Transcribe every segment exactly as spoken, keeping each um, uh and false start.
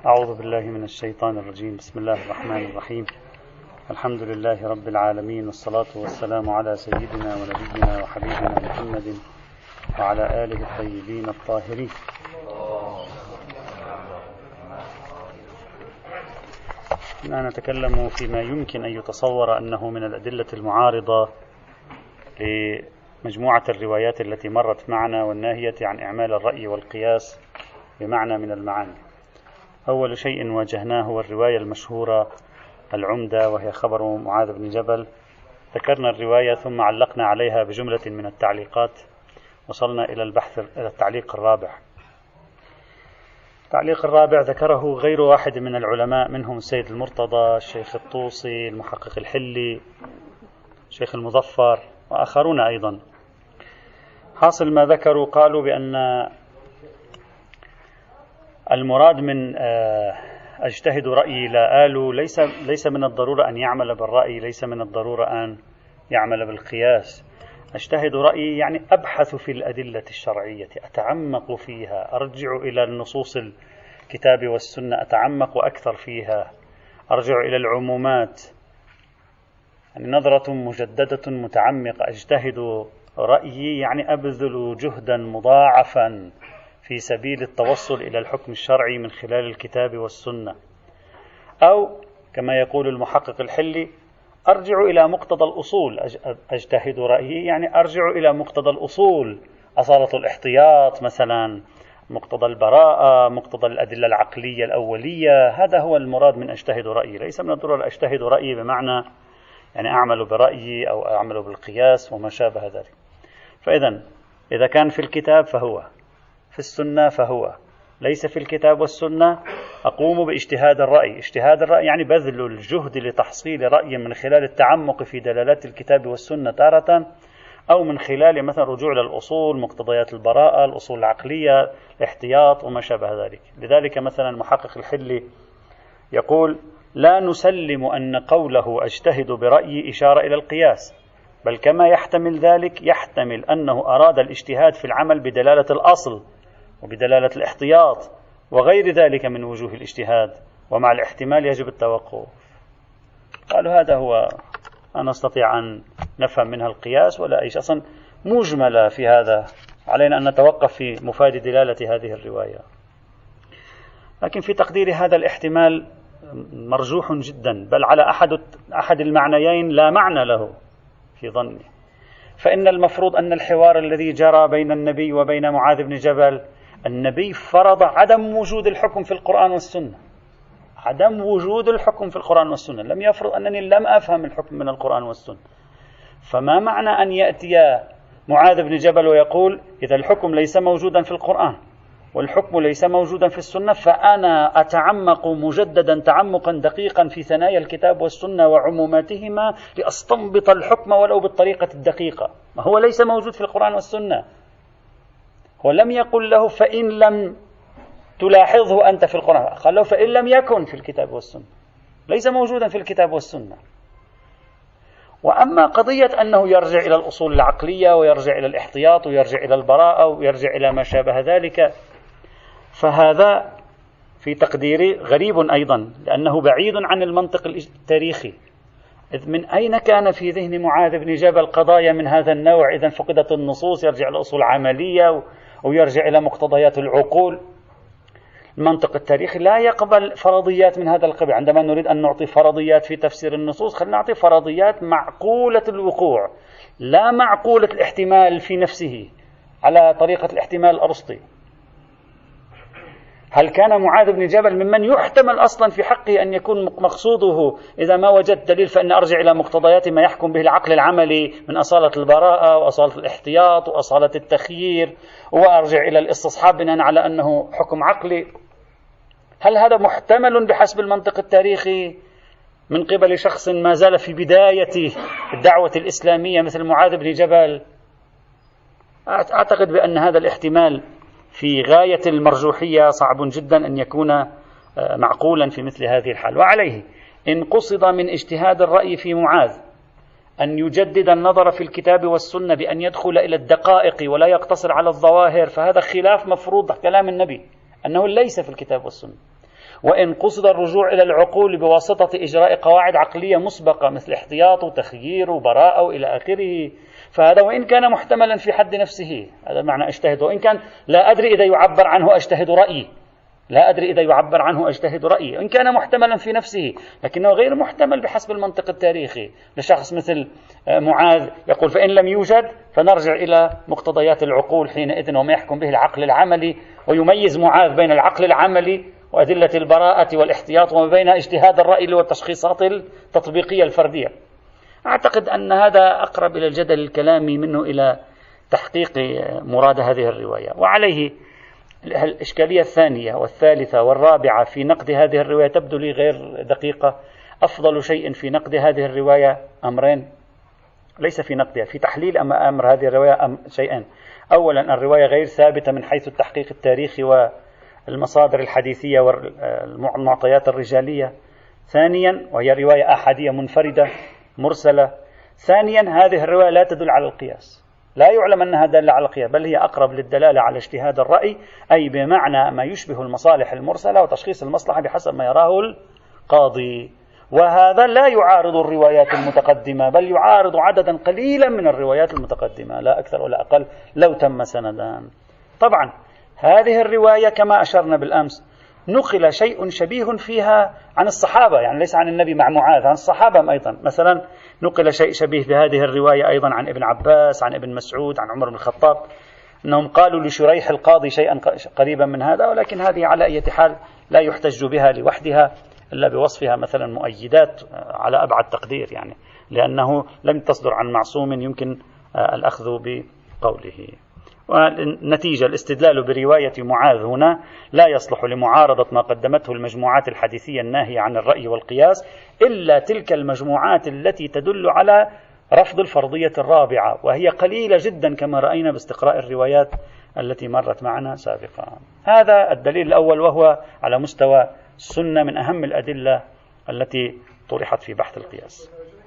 أعوذ بالله من الشيطان الرجيم. بسم الله الرحمن الرحيم. الحمد لله رب العالمين، والصلاة والسلام على سيدنا ونبينا وحبيبنا محمد وعلى آله الطيبين الطاهرين. الآن نتكلم فيما يمكن أن يتصور أنه من الأدلة المعارضة لمجموعة الروايات التي مرت معنا والناهية عن إعمال الرأي والقياس بمعنى من المعاني. أول شيء واجهناه هو الرواية المشهورة العمدة، وهي خبر معاذ بن جبل. ذكرنا الرواية ثم علقنا عليها بجملة من التعليقات. وصلنا إلى البحث إلى التعليق الرابع. التعليق الرابع ذكره غير واحد من العلماء، منهم السيد المرتضى، الشيخ الطوسي، المحقق الحلي، الشيخ المظفر وآخرون أيضا. حاصل ما ذكروا قالوا بأن المراد من أجتهد رأيي لا آل ليس ليس من الضرورة أن يعمل بالرأي، ليس من الضرورة أن يعمل بالقياس. أجتهد رأيي يعني أبحث في الأدلة الشرعية، أتعمق فيها، أرجع إلى النصوص الكتاب والسنة، أتعمق أكثر فيها، أرجع إلى العمومات، يعني نظرة مجددة متعمقة. أجتهد رأيي يعني أبذل جهدا مضاعفا في سبيل التوصل إلى الحكم الشرعي من خلال الكتاب والسنة. أو كما يقول المحقق الحلي أرجع إلى مقتضى الأصول. أجتهد رأيي يعني أرجع إلى مقتضى الأصول، أصالة الاحتياط مثلا، مقتضى البراءة، مقتضى الأدلة العقلية الأولية. هذا هو المراد من أجتهد رأيي. ليس من الضرورة أجتهد رأيي بمعنى يعني أعمل برأيي أو أعمل بالقياس وما شابه ذلك. فإذا إذا كان في الكتاب فهو، في السنة فهو، ليس في الكتاب والسنة أقوم باجتهاد الرأي. اجتهاد الرأي يعني بذل الجهد لتحصيل رأي من خلال التعمق في دلالات الكتاب والسنة تارة، أو من خلال مثلا رجوع للأصول، مقتضيات البراءة، الأصول العقلية، الاحتياط وما شابه ذلك. لذلك مثلا المحقق الحلي يقول لا نسلم أن قوله أجتهد برأيي إشارة إلى القياس، بل كما يحتمل ذلك يحتمل أنه أراد الاجتهاد في العمل بدلالة الأصل وبدلالة الاحتياط وغير ذلك من وجوه الاجتهاد، ومع الاحتمال يجب التوقف. قالوا هذا هو ما نستطيع أن نفهم منها القياس ولا أي شيء، أصلا مجملة في هذا، علينا أن نتوقف في مفاد دلالة هذه الرواية. لكن في تقدير هذا الاحتمال مرجوح جدا، بل على أحد أحد المعنيين لا معنى له في ظني. فإن المفروض أن الحوار الذي جرى بين النبي وبين معاذ بن جبل، النبي فرض عدم وجود الحكم في القرآن والسنة، عدم وجود الحكم في القرآن والسنة، لم يفرض أنني لم أفهم الحكم من القرآن والسنة. فما معنى أن يأتي معاذ بن جبل ويقول إذا الحكم ليس موجودا في القرآن والحكم ليس موجودا في السنة، فأنا أتعمق مجددا تعمقا دقيقا في ثنايا الكتاب والسنة وعموماتهما لأستنبط الحكم ولو بالطريقة الدقيقة. ما هو ليس موجود في القرآن والسنة. هو لم يقل له فإن لم تلاحظه أنت في القرآن، قال له فإن لم يكن في الكتاب والسنة، ليس موجودا في الكتاب والسنة. وأما قضية أنه يرجع إلى الأصول العقلية ويرجع إلى الاحتياط ويرجع إلى البراءة ويرجع إلى ما شابه ذلك، فهذا في تقديري غريب أيضا، لأنه بعيد عن المنطق التاريخي. إذ من أين كان في ذهن معاذ بن جبل قضايا من هذا النوع؟ إذن فقدت النصوص، يرجع إلى الأصول العملية ويرجع إلى مقتضيات العقول. المنطق التاريخي لا يقبل فرضيات من هذا القبيل. عندما نريد أن نعطي فرضيات في تفسير النصوص، خلينا نعطي فرضيات معقولة الوقوع، لا معقولة الاحتمال في نفسه على طريقة الاحتمال الأرسطي. هل كان معاذ بن جبل ممن يحتمل أصلا في حقه أن يكون مقصوده إذا ما وجدت دليل فإن أرجع إلى مقتضيات ما يحكم به العقل العملي من أصالة البراءة وأصالة الاحتياط وأصالة التخيير، وأرجع إلى الاستصحاب بناء على أنه حكم عقلي؟ هل هذا محتمل بحسب المنطق التاريخي من قبل شخص ما زال في بداية الدعوة الإسلامية مثل معاذ بن جبل؟ أعتقد بأن هذا الاحتمال في غاية المرجوحية، صعب جدا أن يكون معقولا في مثل هذه الحال. وعليه إن قصد من اجتهاد الرأي في معاذ أن يجدد النظر في الكتاب والسنة بأن يدخل إلى الدقائق ولا يقتصر على الظواهر، فهذا خلاف مفروض كلام النبي أنه ليس في الكتاب والسنة. وإن قصد الرجوع إلى العقول بواسطة إجراء قواعد عقلية مسبقة مثل احتياط وتخيير وبراءة وإلى آخره، فهذا وإن كان محتملا في حد نفسه، هذا معنى أجتهد، وإن كان لا أدري إذا يعبر عنه أجتهد رأيي، لا أدري إذا يعبر عنه أجتهد رأيي، إن كان محتملا في نفسه، لكنه غير محتمل بحسب المنطق التاريخي لشخص مثل معاذ يقول فإن لم يوجد فنرجع إلى مقتضيات العقول حينئذ وما يحكم به العقل العملي، ويميز معاذ بين العقل العملي وأدلة البراءة والاحتياط وما بين اجتهاد الرأي والتشخيصات التطبيقية الفردية. أعتقد أن هذا أقرب إلى الجدل الكلامي منه إلى تحقيق مراد هذه الرواية. وعليه الإشكالية الثانية والثالثة والرابعة في نقد هذه الرواية تبدو لي غير دقيقة. أفضل شيء في نقد هذه الرواية أمرين، ليس في نقدها، في تحليل أما أمر هذه الرواية أم شيئين. أولا الرواية غير ثابتة من حيث التحقيق التاريخي والمصادر الحديثية والمعطيات الرجالية. ثانيا وهي رواية أحادية منفردة مرسلة. ثانيا هذه الرواية لا تدل على القياس، لا يعلم أنها دالة على القياس، بل هي أقرب للدلالة على اجتهاد الرأي، أي بمعنى ما يشبه المصالح المرسلة وتشخيص المصلحة بحسب ما يراه القاضي. وهذا لا يعارض الروايات المتقدمة، بل يعارض عددا قليلا من الروايات المتقدمة لا أكثر ولا أقل لو تم سندان. طبعا هذه الرواية كما أشرنا بالأمس نقل شيء شبيه فيها عن الصحابة، يعني ليس عن النبي مع معاذ، عن الصحابة أيضا. مثلا نقل شيء شبيه بهذه الرواية أيضا عن ابن عباس، عن ابن مسعود، عن عمر بن الخطاب، أنهم قالوا لشريح القاضي شيئا قريبا من هذا. ولكن هذه على أي حال لا يحتج بها لوحدها إلا بوصفها مثلا مؤيدات على أبعد تقدير، يعني لأنه لم تصدر عن معصوم يمكن الأخذ بقوله. والنتيجة الاستدلال برواية معاذ هنا لا يصلح لمعارضة ما قدمته المجموعات الحديثية الناهية عن الرأي والقياس إلا تلك المجموعات التي تدل على رفض الفرضية الرابعة، وهي قليلة جدا كما رأينا باستقراء الروايات التي مرت معنا سابقا. هذا الدليل الأول، وهو على مستوى السنة من أهم الأدلة التي طرحت في بحث القياس.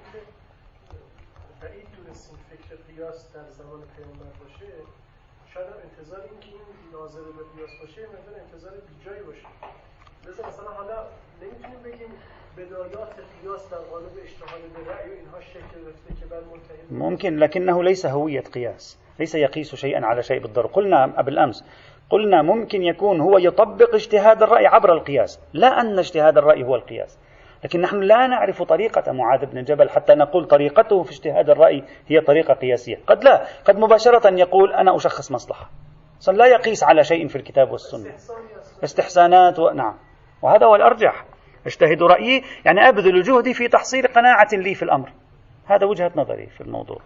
شاید انتظار این که این ناظر به قیاس باشه مثلا انتظار بیجایی باشه. لذا مثلا حالا نمیتونیم بگیم بدایات قیاس در قالب اجتهاد به رأی و اینها شکل گرفته که بعد منتهی ممكن، لكنه ليس هوية قياس، ليس يقيس شيئا على شيء بالضرورة. قلنا قبل أمس قلنا ممكن يكون هو يطبق اجتهاد الرأي عبر القياس، لا أن اجتهاد الرأي هو القياس، لكن نحن لا نعرف طريقة معاذ بن جبل حتى نقول طريقته في اجتهاد الرأي هي طريقة قياسية. قد لا، قد مباشرة يقول أنا أشخص مصلحة، لا يقيس على شيء في الكتاب والسنة، استحسانات و... نعم، وهذا هو الأرجح. اجتهد رأيي يعني أبذل جهدي في تحصيل قناعة لي في الأمر. هذا وجهة نظري في الموضوع.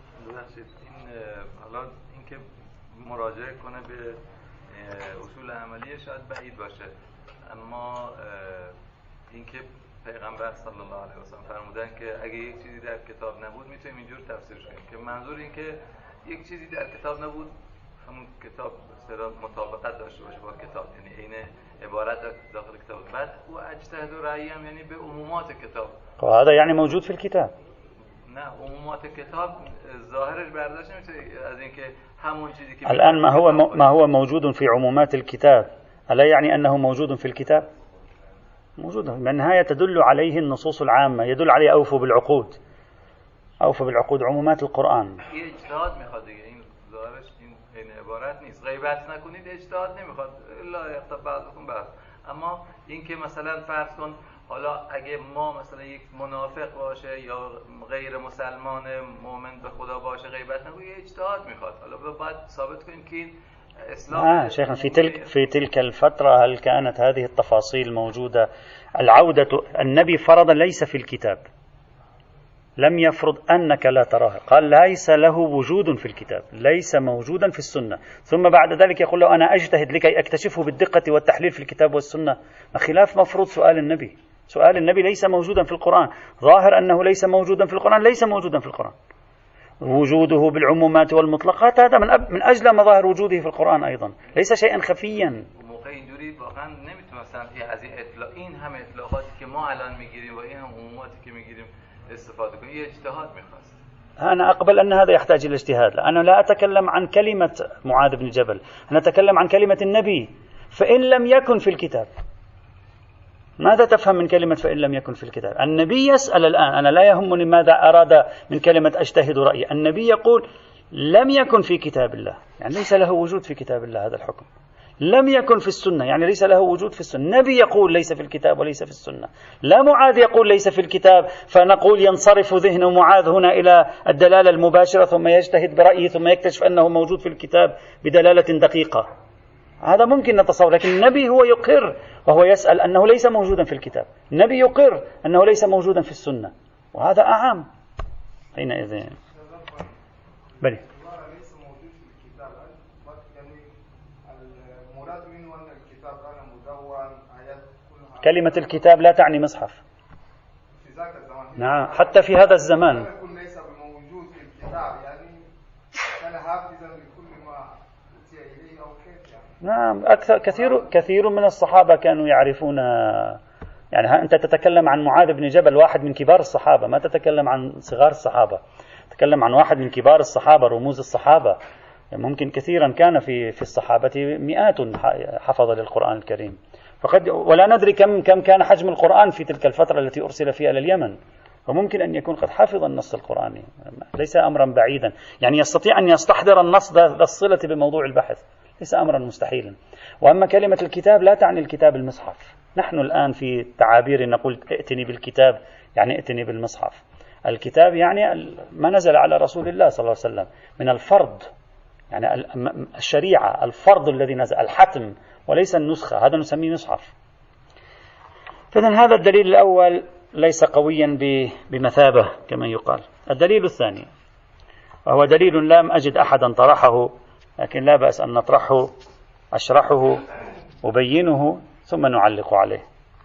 مراجعه کنه به اصول عملیه شاید بعید باشه، اما اینکه پیغمبر صلی الله علیه و سلم فرمودن که اگه یک چیزی در کتاب نبود میتونیم اینجور تفسیرش کنیم که منظور این که یک چیزی در کتاب نبود همون کتاب سرا مطابقت داشته باشه با کتاب، یعنی عین عبارت داخل کتاب. بعد او اجتهاد و رأی هم یعنی به عمومات کتاب. هذا يعني موجود في الكتاب. نه عمومات کتاب ظاهرش برداشت نمیشه از اینکه همون چیزی که الآن ما هو ما هو موجود في عمومات الكتاب ألا يعني أنه موجود في الكتاب؟ موجود، من النهاية تدل عليه النصوص العامة، يدل عليه أوفوا بالعقود، أوفوا بالعقود عمومات القرآن. اجتهاد میخواد دیگه، این ظاهرش این این عبارت نیست، غیبت نکنید، اجتهاد نمیخواد الا یخطب بعضکم بعض. اما اینکه مثلا فرض کن حالا اگه ما مثلا یک منافق باشه یا غیر مسلمان مؤمن به خدا باشه غیبت نکنه، اجتهاد میخواد. حالا باید ثابت کنیم که این اسلام. آه شيخنا في تلك في تلك الفترة هل كانت هذه التفاصيل موجودة؟ العودة النبي فرض ليس في الكتاب، لم يفرض أنك لا تراه، قال ليس له وجود في الكتاب، ليس موجودا في السنة، ثم بعد ذلك يقول له أنا أجتهد لكي أكتشفه بالدقة والتحليل في الكتاب والسنة. خلاف مفروض سؤال النبي، سؤال النبي ليس موجودا في القرآن، ظاهر أنه ليس موجودا في القرآن، ليس موجودا في القرآن. وجوده بالعمومات والمطلقات هذا من أب من أجل مظاهر وجوده في القرآن أيضا، ليس شيئا خفيا. موقع اینجوری واقعا نمیتونستن از این اطلاع این همه اطلاعاتی که ما الان میگیریم و این هم عموماتی که میگیریم استفاده کنیم. یه اجتهاد میخواست. أنا أقبل أن هذا يحتاج إلى اجتهاد، أنا لا أتكلم عن كلمة معاذ بن جبل، أنا أتكلم عن كلمة النبي. فإن لم يكن في الكتاب ماذا تفهم من كلمة فإن لم يكن في الكتاب؟ النبي يسأل الآن، أنا لا يهمني ماذا أراد من كلمة أجتهد رأيي. النبي يقول لم يكن في كتاب الله، يعني ليس له وجود في كتاب الله هذا الحكم. لم يكن في السنة، يعني ليس له وجود في السنة. النبي يقول ليس في الكتاب وليس في السنة، لا معاذ يقول ليس في الكتاب فنقول ينصرف ذهن معاذ هنا إلى الدلالة المباشرة ثم يجتهد برأيه ثم يكتشف أنه موجود في الكتاب بدلالة دقيقة. هذا ممكن نتصور، لكن النبي هو يقر وهو يسأل أنه ليس موجودا في الكتاب. النبي يقر أنه ليس موجودا في السنة، وهذا أعم حينئذ. بلي كلمة الكتاب لا تعني مصحف. نعم، حتى في هذا الزمان. نعم، أكثر كثير كثير من الصحابة كانوا يعرفون. يعني أنت تتكلم عن معاذ بن جبل، واحد من كبار الصحابة، ما تتكلم عن صغار الصحابة، تتكلم عن واحد من كبار الصحابة، رموز الصحابة. ممكن كثيرا كان في في الصحابة مئات حفظ للقرآن الكريم، فقد ولا ندري كم كم كان حجم القرآن في تلك الفترة التي أرسل فيها إلى اليمن، وممكن أن يكون قد حفظ النص القرآني، ليس أمرا بعيدا. يعني يستطيع أن يستحضر النص ذا الصلة بموضوع البحث، ليس أمرا مستحيلا. وأما كلمة الكتاب لا تعني الكتاب المصحف. نحن الآن في تعابير نقول ائتني بالكتاب، يعني ائتني بالمصحف. الكتاب يعني ما نزل على رسول الله صلى الله عليه وسلم من الفرض، يعني الشريعة، الفرض الذي نزل، الحتم، وليس النسخة، هذا نسميه مصحف. فإذن هذا الدليل الأول ليس قويا بمثابة كما يقال. الدليل الثاني وهو دليل لم أجد أحدا طرحه، لكن لا بأس أن نطرحه، أشرحه أبينه ثم نعلق عليه.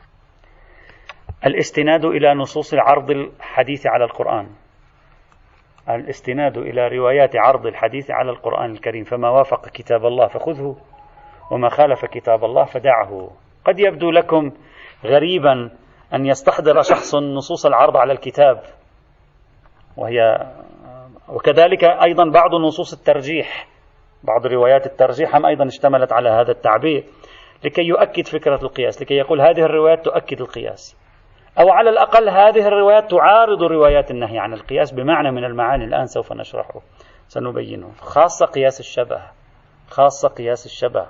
الاستناد إلى نصوص عرض الحديث على القرآن، الاستناد إلى روايات عرض الحديث على القرآن الكريم، فما وافق كتاب الله فخذه وما خالف كتاب الله فدعه. قد يبدو لكم غريبا أن يستحضر شخص نصوص العرض على الكتاب، وهي وكذلك أيضا بعض نصوص الترجيح، بعض روايات الترجيح هم أيضا اشتملت على هذا التعبير لكي يؤكد فكرة القياس، لكي يقول هذه الروايات تؤكد القياس، أو على الأقل هذه الروايات تعارض روايات النهي عن القياس بمعنى من المعاني الآن سوف نشرحه سنبينه، خاصة قياس الشبه، خاصة قياس الشبه.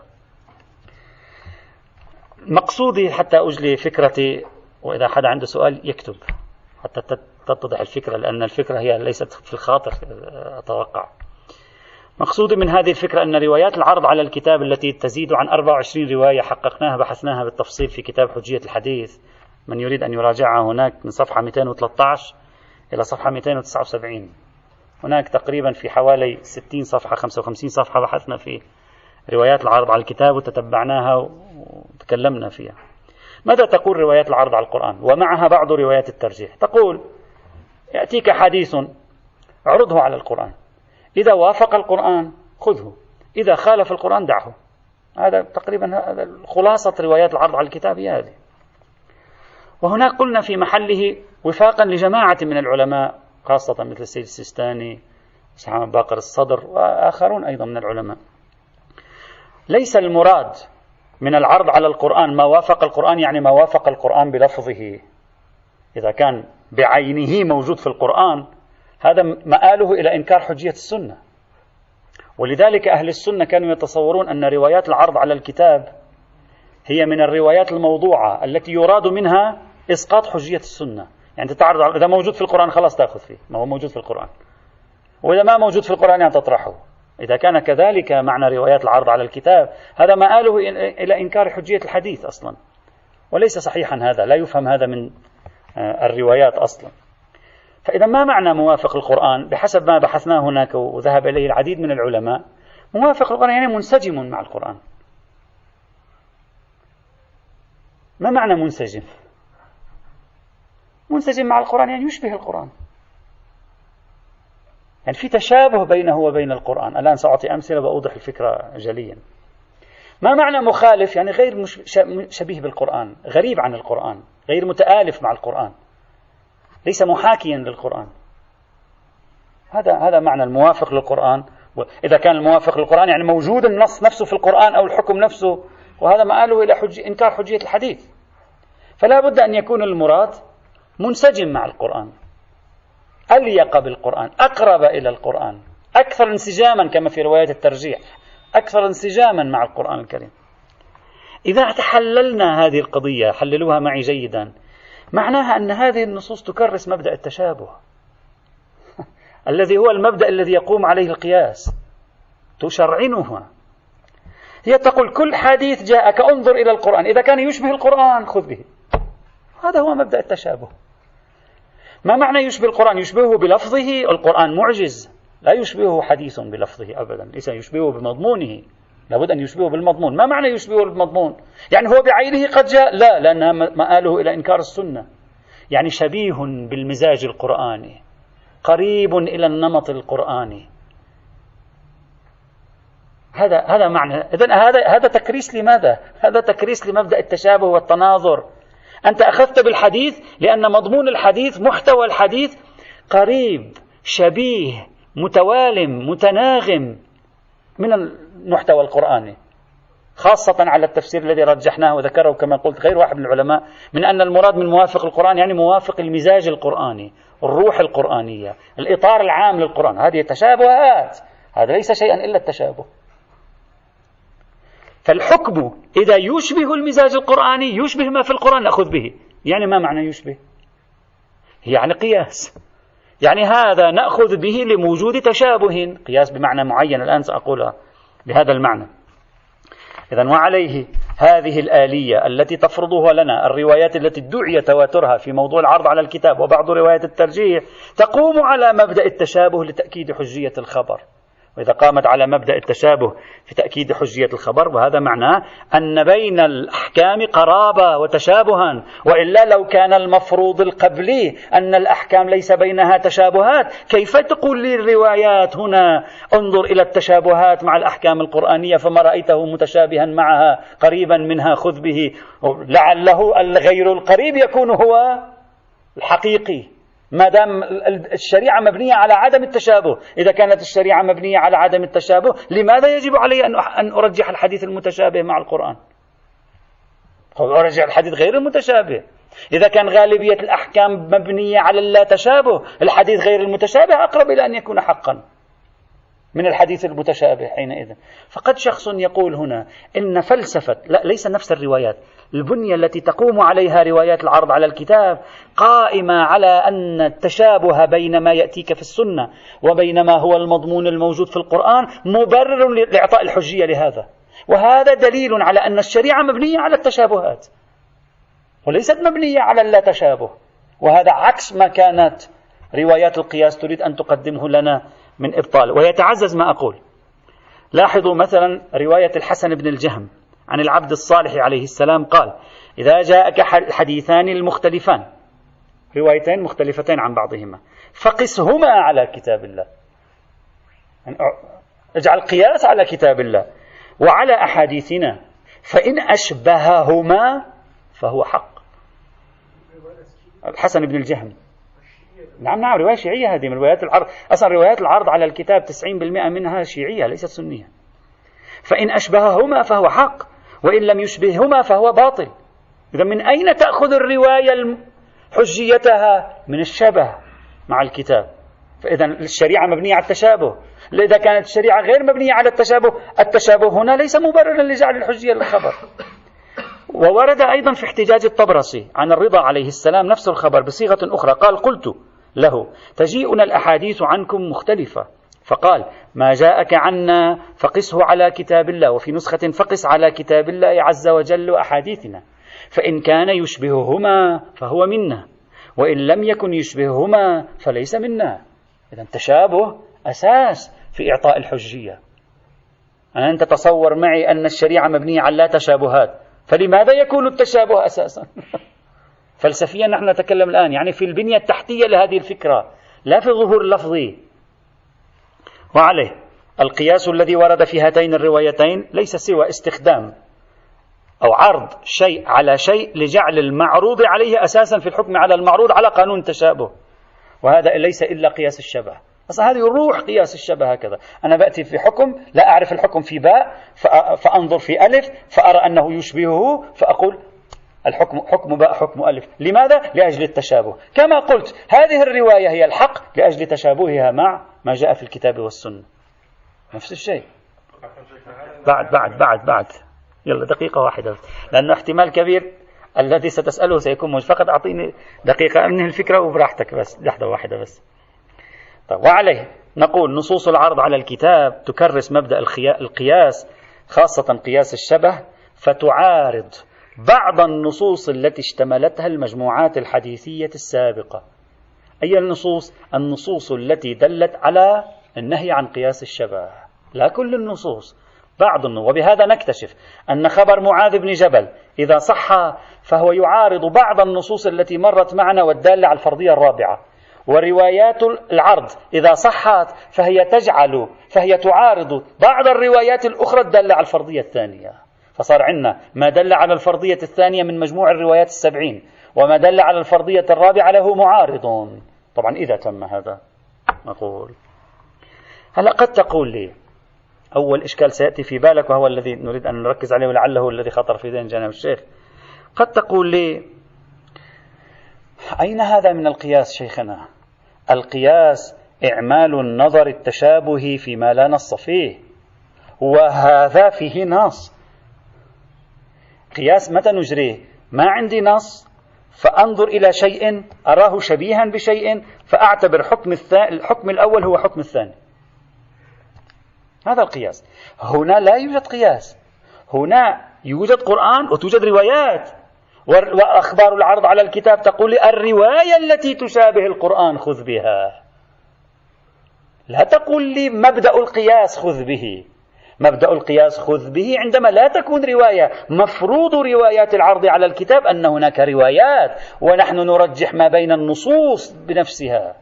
مقصودي حتى أجلي فكرتي، وإذا حد عنده سؤال يكتب حتى تتضح الفكرة، لأن الفكرة هي ليست في الخاطر أتوقع. مقصودي من هذه الفكرة أن روايات العرض على الكتاب التي تزيد عن أربعة وعشرين رواية حققناها بحثناها بالتفصيل في كتاب حجية الحديث، من يريد أن يراجعها هناك من صفحة مئتين وثلاثة عشر إلى صفحة مئتين وتسعة وسبعين. هناك تقريبا في حوالي ستين صفحة خمسة وخمسين صفحة بحثنا في روايات العرض على الكتاب وتتبعناها وتكلمنا فيها. ماذا تقول روايات العرض على القرآن ومعها بعض روايات الترجيح؟ تقول يأتيك حديث عرضه على القرآن، إذا وافق القرآن خذه، إذا خالف القرآن دعه. هذا تقريبا هذا خلاصة روايات العرض على الكتاب هذه. وهناك قلنا في محله وفاقا لجماعة من العلماء، خاصة مثل السيد السيستاني، محمد باقر الصدر وآخرون أيضا من العلماء، ليس المراد من العرض على القرآن ما وافق القرآن، يعني ما وافق القرآن بلفظه. إذا كان بعينه موجود في القرآن هذا مآله إلى إنكار حجية السنة. ولذلك أهل السنة كانوا يتصورون أن روايات العرض على الكتاب هي من الروايات الموضوعة التي يراد منها إسقاط حجية السنة. يعني تتعرض إذا موجود في القرآن خلاص تأخذ فيه، ما هو موجود في القرآن، وإذا ما موجود في القرآن يعني تطرحه. إذا كان كذلك معنى روايات العرض على الكتاب هذا مآله إلى إنكار حجية الحديث أصلا، وليس صحيحا، هذا لا يفهم هذا من الروايات أصلا. فإذا ما معنى موافق القرآن بحسب ما بحثناه هناك وذهب إليه العديد من العلماء؟ موافق القرآن يعني منسجم مع القرآن. ما معنى منسجم؟ منسجم مع القرآن يعني يشبه القرآن، يعني في تشابه بينه وبين القرآن. الآن سأعطي أمثلة وأوضح الفكرة جليا. ما معنى مخالف؟ يعني غير شبيه بالقرآن، غريب عن القرآن، غير متآلف مع القرآن، ليس محاكيا للقرآن. هذا هذا معنى الموافق للقرآن. إذا كان الموافق للقرآن يعني موجود النص نفسه في القرآن أو الحكم نفسه، وهذا مآله إلى حج... إنكار حجية الحديث. فلا بد أن يكون المراد منسجم مع القرآن، أليق بالقرآن، أقرب إلى القرآن، أكثر انسجاما كما في رواية الترجيح، أكثر انسجاما مع القرآن الكريم. إذا تحللنا هذه القضية، حللوها معي جيدا، معناها أن هذه النصوص تكرس مبدأ التشابه الذي هو المبدأ الذي يقوم عليه القياس، تشرعنها. هي تقول كل حديث جاءك انظر إلى القرآن، إذا كان يشبه القرآن خذ به. هذا هو مبدأ التشابه. ما معنى يشبه القرآن؟ يشبهه بلفظه. القرآن معجز، لا يشبهه حديث بلفظه أبدا، ليس يشبهه بمضمونه، لابد أن يشبهه بالمضمون. ما معنى يشبهه بالمضمون؟ يعني هو بعينه قد جاء؟ لا، لأنها مآله إلى إنكار السنة. يعني شبيه بالمزاج القرآني، قريب إلى النمط القرآني. هذا هذا معنى. إذن هذا هذا تكريس لماذا؟ هذا تكريس لمبدأ التشابه والتناظر. أنت أخذت بالحديث لأن مضمون الحديث، محتوى الحديث قريب، شبيه، متوالم، متناغم من المحتوى القرآني، خاصة على التفسير الذي رجحناه وذكره كما قلت غير واحد من العلماء من أن المراد من موافق القرآن يعني موافق المزاج القرآني، الروح القرآنية، الإطار العام للقرآن. هذه تشابهات، هذا ليس شيئا إلا التشابه. فالحكم إذا يشبه المزاج القرآني، يشبه ما في القرآن نأخذ به. يعني ما معنى يشبه؟ يعني قياس، يعني هذا نأخذ به لوجود تشابه، قياس بمعنى معين الآن سأقولها بهذا المعنى. إذن وعليه هذه الآلية التي تفرضها لنا الروايات التي ادعي تواترها في موضوع العرض على الكتاب وبعض روايات الترجيح تقوم على مبدأ التشابه لتأكيد حجية الخبر. وإذا قامت على مبدأ التشابه في تأكيد حجية الخبر، وهذا معناه أن بين الأحكام قرابة وتشابها، وإلا لو كان المفروض القبلي أن الأحكام ليس بينها تشابهات، كيف تقول لي الروايات هنا انظر إلى التشابهات مع الأحكام القرآنية فما رأيته متشابها معها قريبا منها خذ به، لعله الغير القريب يكون هو الحقيقي ما دام الشريعة مبنية على عدم التشابه. إذا كانت الشريعة مبنية على عدم التشابه، لماذا يجب علي أن أرجح الحديث المتشابه مع القرآن؟ أرجح الحديث غير المتشابه. إذا كان غالبية الأحكام مبنية على اللا تشابه، الحديث غير المتشابه أقرب إلى أن يكون حقا من الحديث المتشابه حينئذ. فقد شخص يقول هنا إن فلسفة، لا ليس نفس الروايات، البنية التي تقوم عليها روايات العرض على الكتاب قائمة على أن التشابه بين ما يأتيك في السنة وبين ما هو المضمون الموجود في القرآن مبرر لإعطاء الحجية لهذا. وهذا دليل على أن الشريعة مبنية على التشابهات وليست مبنية على اللا تشابه، وهذا عكس ما كانت روايات القياس تريد أن تقدمه لنا من إبطال. ويتعزز ما أقول، لاحظوا مثلا رواية الحسن بن الجهم عن العبد الصالح عليه السلام قال: إذا جاءك الحديثان المختلفان، روايتين مختلفتين عن بعضهما، فقسهما على كتاب الله، اجعل قياس على كتاب الله وعلى أحاديثنا، فإن أشبههما فهو حق. الحسن بن الجهم، نعم نعم رواية شيعية، هذه من روايات العرض. أصلا روايات العرض على الكتاب تسعين بالمئة منها شيعية ليست سنية. فإن أشبههما فهو حق وإن لم يشبههما فهو باطل. إذا من أين تأخذ الرواية حجيتها؟ من الشبه مع الكتاب. فإذا الشريعة مبنية على التشابه. إذا كانت الشريعة غير مبنية على التشابه، التشابه هنا ليس مبررا لجعل الحجية للخبر. وورد أيضا في احتجاج الطبرسي عن الرضا عليه السلام نفس الخبر بصيغة أخرى، قال: قلت له: تجيئنا الأحاديث عنكم مختلفة، فقال: ما جاءك عنا فقسه على كتاب الله، وفي نسخة فقس على كتاب الله عز وجل وأحاديثنا، فإن كان يشبههما فهو منا، وإن لم يكن يشبههما فليس منا. إذا التشابه أساس في إعطاء الحجية. أنت تصور معي أن الشريعة مبنية على لا تشابهات، فلماذا يكون التشابه أساسا؟ فلسفيا نحن نتكلم الآن يعني في البنية التحتية لهذه الفكرة، لا في الظهور اللفظي. وعليه القياس الذي ورد في هاتين الروايتين ليس سوى استخدام أو عرض شيء على شيء لجعل المعروض عليه أساسا في الحكم على المعروض على قانون التشابه، وهذا ليس إلا قياس الشبه. أصلا هذه الروح قياس الشبه. هكذا أنا بأتي في حكم لا أعرف الحكم في باء، فأنظر في ألف فأرى أنه يشبهه، فأقول الحكم حكم باء حكم ألف. لماذا؟ لأجل التشابه. كما قلت هذه الرواية هي الحق لأجل تشابهها مع ما جاء في الكتاب والسنة. نفس الشيء. بعد بعد بعد بعد يلا دقيقة واحدة، لأنه احتمال كبير الذي ستسأله سيكون موجود. فقط أعطيني دقيقة أنهي الفكرة وبراحتك، بس لحظة واحدة بس. طيب، وعليه نقول نصوص العرض على الكتاب تكرس مبدأ القياس، خاصة قياس الشبه، فتعارض بعض النصوص التي اشتملتها المجموعات الحديثية السابقة. أي النصوص؟ النصوص التي دلت على النهي عن قياس الشبه، لا كل النصوص، بعض النصوص. وبهذا نكتشف أن خبر معاذ بن جبل إذا صح فهو يعارض بعض النصوص التي مرت معنا والدالة على الفرضية الرابعة، وروايات العرض إذا صحت فهي تجعل فهي تعارض بعض الروايات الأخرى الدالة على الفرضية الثانية. فصار عندنا ما دل على الفرضية الثانية من مجموع الروايات السبعين، وما دل على الفرضية الرابعة له معارض. طبعا إذا تم هذا نقول. هلأ قد تقول لي أول إشكال سيأتي في بالك وهو الذي نريد أن نركز عليه ولعله الذي خطر في ذهن جناب الشيخ. قد تقول لي أين هذا من القياس شيخنا؟ القياس إعمال النظر التشابه فيما لا نص فيه، وهذا فيه نص. قياس متى نجريه؟ ما عندي نص فأنظر إلى شيء أراه شبيها بشيء فأعتبر حكم الحكم الأول هو حكم الثاني. هذا القياس. هنا لا يوجد قياس، هنا يوجد قرآن وتوجد روايات، وأخبار العرض على الكتاب تقول لي الرواية التي تشابه القرآن خذ بها، لا تقول لي مبدأ القياس خذ به. مبدأ القياس خذ به عندما لا تكون رواية. مفروض روايات العرض على الكتاب أن هناك روايات ونحن نرجح ما بين النصوص بنفسها.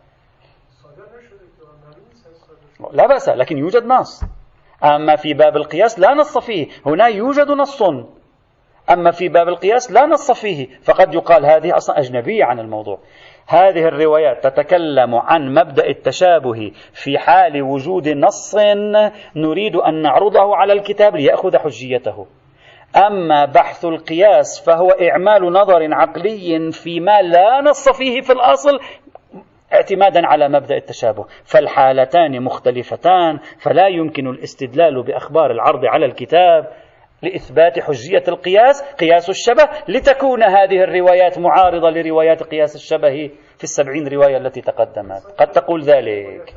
لا بأس، لكن يوجد نص. أما في باب القياس لا نص فيه، هنا يوجد نص. أما في باب القياس لا نص فيه، فقد يقال هذه أصلا أجنبية عن الموضوع. هذه الروايات تتكلم عن مبدأ التشابه في حال وجود نص نريد أن نعرضه على الكتاب ليأخذ حجيته. أما بحث القياس فهو إعمال نظر عقلي فيما لا نص فيه في الأصل اعتمادا على مبدأ التشابه. فالحالتان مختلفتان، فلا يمكن الاستدلال بأخبار العرض على الكتاب لإثبات حجية القياس قياس الشبه لتكون هذه الروايات معارضة لروايات قياس الشبه في السبعين رواية التي تقدمت. قد تقول ذلك.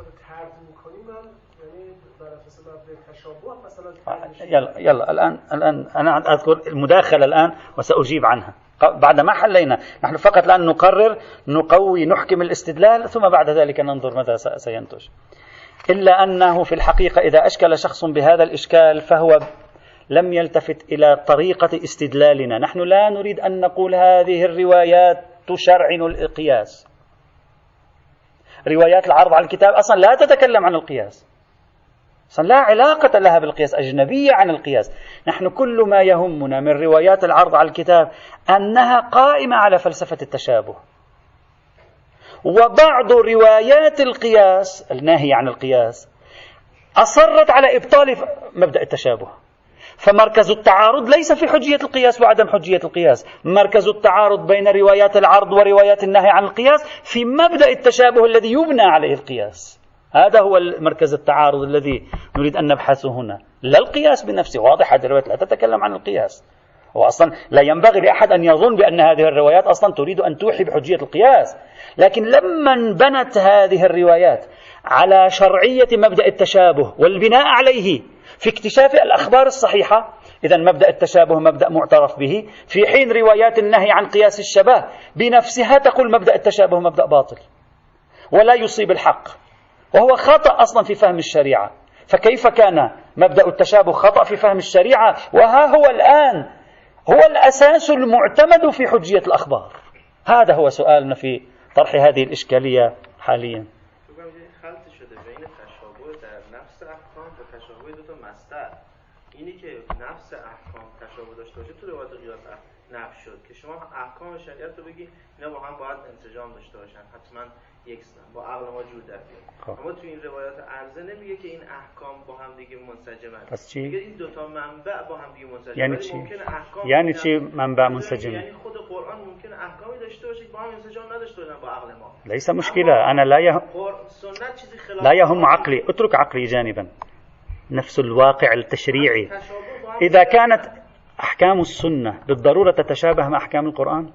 يلا, يلا الآن, الآن أنا أذكر المداخلة الآن وسأجيب عنها بعد ما حلينا. نحن فقط الآن نقرر نقوي نحكم الاستدلال ثم بعد ذلك ننظر ماذا سينتج. إلا أنه في الحقيقة إذا أشكل شخص بهذا الإشكال فهو لم يلتفت إلى طريقة استدلالنا. نحن لا نريد أن نقول هذه الروايات تشرعن القياس. روايات العرض على الكتاب أصلا لا تتكلم عن القياس، أصلا لا علاقة لها بالقياس، أجنبية عن القياس. نحن كل ما يهمنا من روايات العرض على الكتاب أنها قائمة على فلسفة التشابه. وبعض روايات القياس الناهي عن القياس أصرت على إبطال مبدأ التشابه. فمركز التعارض ليس في حجية القياس وعدم حجية القياس، مركز التعارض بين روايات العرض وروايات النهي عن القياس في مبدأ التشابه الذي يبنى عليه القياس. هذا هو مركز التعارض الذي نريد أن نبحثه هنا، لا القياس بنفسه. واضح هذه الروايات لا تتكلم عن القياس، وأصلا لا ينبغي لأحد أن يظن بأن هذه الروايات أصلا تريد أن توحي بحجية القياس. لكن لما بنت هذه الروايات على شرعية مبدأ التشابه والبناء عليه في اكتشاف الأخبار الصحيحة، إذن مبدأ التشابه مبدأ معترف به، في حين روايات النهي عن قياس الشبه بنفسها تقول مبدأ التشابه مبدأ باطل ولا يصيب الحق، وهو خطأ أصلا في فهم الشريعة. فكيف كان مبدأ التشابه خطأ في فهم الشريعة وها هو الآن هو الأساس المعتمد في حجية الأخبار؟ هذا هو سؤالنا في طرح هذه الإشكالية حاليا. اینی که نفس احکام تشابه داشته باشه تو روایت قیاس نفی شد که شما احکام شریعت رو بگی اینا با هم باید انسجام داشته باشن، حتما یکسان با عقل ما جور در بیاد. اما تو این روایات عرضه نمیگه که این احکام با هم دیگه منسجمن. پس چی؟ میگه این دو تا منبع با هم دیگه منسجمن. یعنی چی؟ یعنی چی منبع منسجم؟ یعنی خود قرآن ممکنه احکامی داشته باشه که با هم انسجام نداشته باشن با عقل ما. ليس مشكلة، أنا لا يهم سنت چیزی خلاف لا يهم عقلي، اترك عقلي جانبا. نفس الواقع التشريعي إذا كانت أحكام السنة بالضرورة تتشابه مع أحكام القرآن؟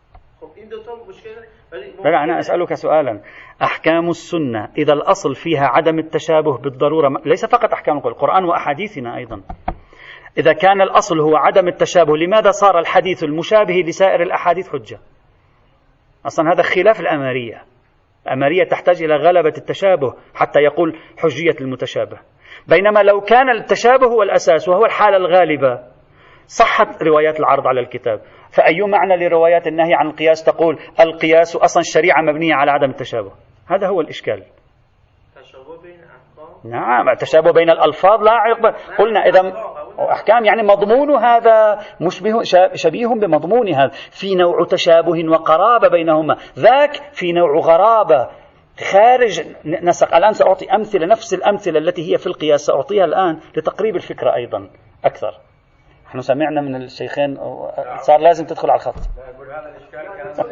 لا أنا أسألك سؤالا، أحكام السنة إذا الأصل فيها عدم التشابه بالضرورة، ليس فقط أحكام القرآن وأحاديثنا أيضا، إذا كان الأصل هو عدم التشابه لماذا صار الحديث المشابه لسائر الأحاديث حجة؟ أصلا هذا خلاف الأمارية. الأمارية تحتاج إلى غلبة التشابه حتى يقول حجية المتشابه، بينما لو كان التشابه هو الأساس وهو الحالة الغالبة صحت روايات العرض على الكتاب. فأي معنى لروايات النهي عن القياس تقول القياس أصلا الشريعة مبنية على عدم التشابه؟ هذا هو الإشكال. تشابه بين أحكام؟ نعم، تشابه بين الألفاظ لا عقب. قلنا إذا أحكام يعني مضمون هذا مشبه شبيه بمضمون هذا، في نوع تشابه وقرابة بينهما، ذاك في نوع غرابة خارج نسق. الآن سأعطي أمثلة، نفس الأمثلة التي هي في القياس سأعطيها الآن لتقريب الفكرة أيضا أكثر. نحن سمعنا من الشيخين صار لازم تدخل على الخط. أقول هذا الإشكال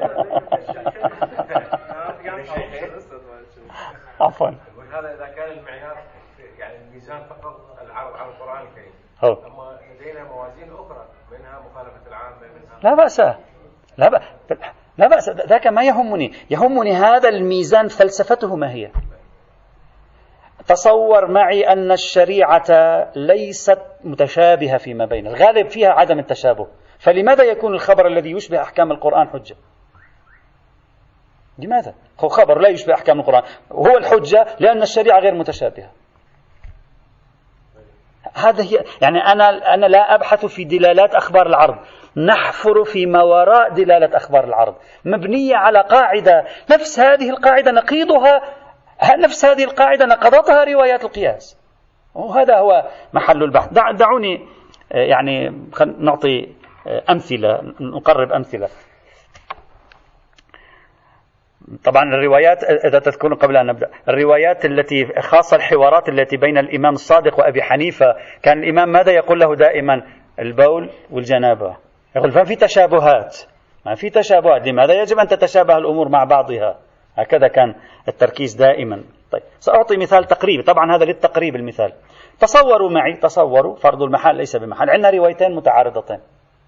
كان عفوا. أقول هذا إذا كان المعيار يعني الميزان فقط العرض على القرآن الكريم، أما لدينا موازين أخرى منها مخالفة العامة منها لا بأس لا بأس لا بأس ذاك ما يهمني، يهمني هذا الميزان فلسفته ما هي. تصور معي أن الشريعة ليست متشابهة فيما بين، الغالب فيها عدم التشابه، فلماذا يكون الخبر الذي يشبه أحكام القرآن حجة؟ لماذا؟ هو خبر لا يشبه أحكام القرآن وهو الحجة لأن الشريعة غير متشابهة. هذا هي يعني أنا أنا لا أبحث في دلالات أخبار العرض، نحفر في ما وراء دلالة أخبار العرض مبنية على قاعدة، نفس هذه القاعدة نقيضها، نفس هذه القاعدة نقضتها روايات القياس، وهذا هو محل البحث. دع دعوني يعني نعطي أمثلة، نقرب أمثلة. طبعا الروايات إذا تذكرون قبل أن نبدأ، الروايات التي خاصة الحوارات التي بين الإمام الصادق وأبي حنيفة، كان الإمام ماذا يقول له دائما؟ البول والجنابة. يقول ففي تشابهات، ما في تشابهات، لماذا يجب أن تتشابه الأمور مع بعضها؟ هكذا كان التركيز دائما. طيب سأعطي مثال تقريبي، طبعا هذا للتقريب المثال. تصوروا معي، تصوروا فرض المحال ليس بمحال، عندنا روايتين متعارضتين.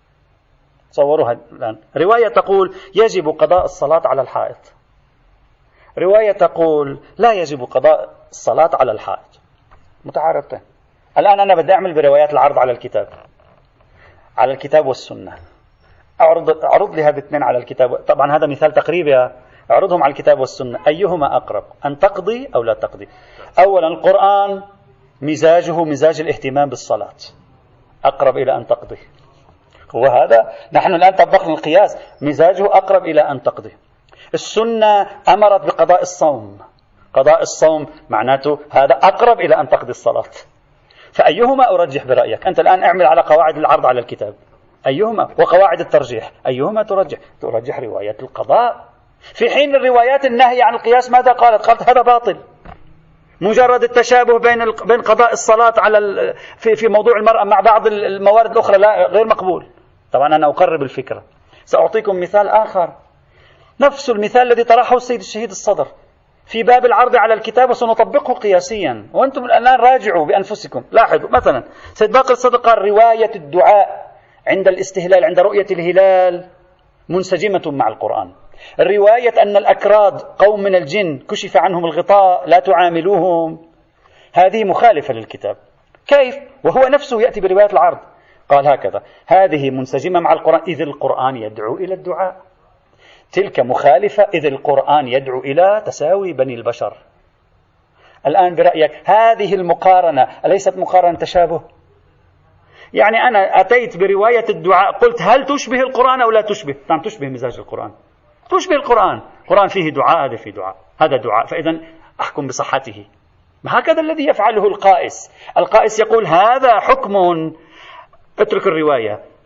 تصوروها الآن، رواية تقول يجب قضاء الصلاة على الحائط، رواية تقول لا يجب قضاء الصلاة على الحائط، متعارضتين. الآن أنا بدي أعمل بروايات العرض على الكتاب، على الكتاب والسنة، أعرض أعرض لي هذه الاثنين على الكتاب، طبعا هذا مثال تقريبي، أعرضهم على الكتاب والسنة، أيهما أقرب أن تقضي أو لا تقضي؟ أولا القرآن مزاجه مزاج الاهتمام بالصلاة، أقرب إلى أن تقضي، وهذا نحن الآن طبقنا القياس، مزاجه أقرب إلى أن تقضي. السنة أمرت بقضاء الصوم، قضاء الصوم معناته هذا أقرب إلى أن تقضي الصلاة، فأيهما أرجح برأيك؟ أنت الآن اعمل على قواعد العرض على الكتاب، أيهما؟ وقواعد الترجيح، أيهما ترجح؟ ترجح رواية القضاء، في حين الروايات النهي عن القياس ماذا قالت؟ قالت هذا باطل، مجرد التشابه بين بين قضاء الصلاة على في في موضوع المرأة مع بعض الموارد الأخرى لا غير مقبول. طبعا أنا أقرب الفكرة، سأعطيكم مثال آخر، نفس المثال الذي طرحه السيد الشهيد الصدر في باب العرض على الكتاب، وسنطبقه قياسيا، وأنتم الآن راجعوا بأنفسكم. لاحظوا مثلا سيد باقر الصدر قال رواية الدعاء عند الاستهلال عند رؤية الهلال منسجمة مع القرآن، الرواية أن الأكراد قوم من الجن كشف عنهم الغطاء لا تعاملوهم هذه مخالفة للكتاب. كيف وهو نفسه يأتي برواية العرض؟ قال هكذا، هذه منسجمة مع القرآن إذ القرآن يدعو إلى الدعاء، تلك مخالفة إذ القرآن يدعو إلى تساوي بني البشر. الآن برأيك هذه المقارنة أليست مقارنة تشابه؟ يعني أنا أتيت برواية الدعاء قلت هل تشبه القرآن أو لا تشبه؟ نعم تشبه مزاج القرآن، تشبه القرآن، القرآن فيه دعاء، هذا فيه دعاء، هذا دعاء، فإذا أحكم بصحته. هكذا الذي يفعله القائس، القائس يقول هذا حكم، اترك الرواية،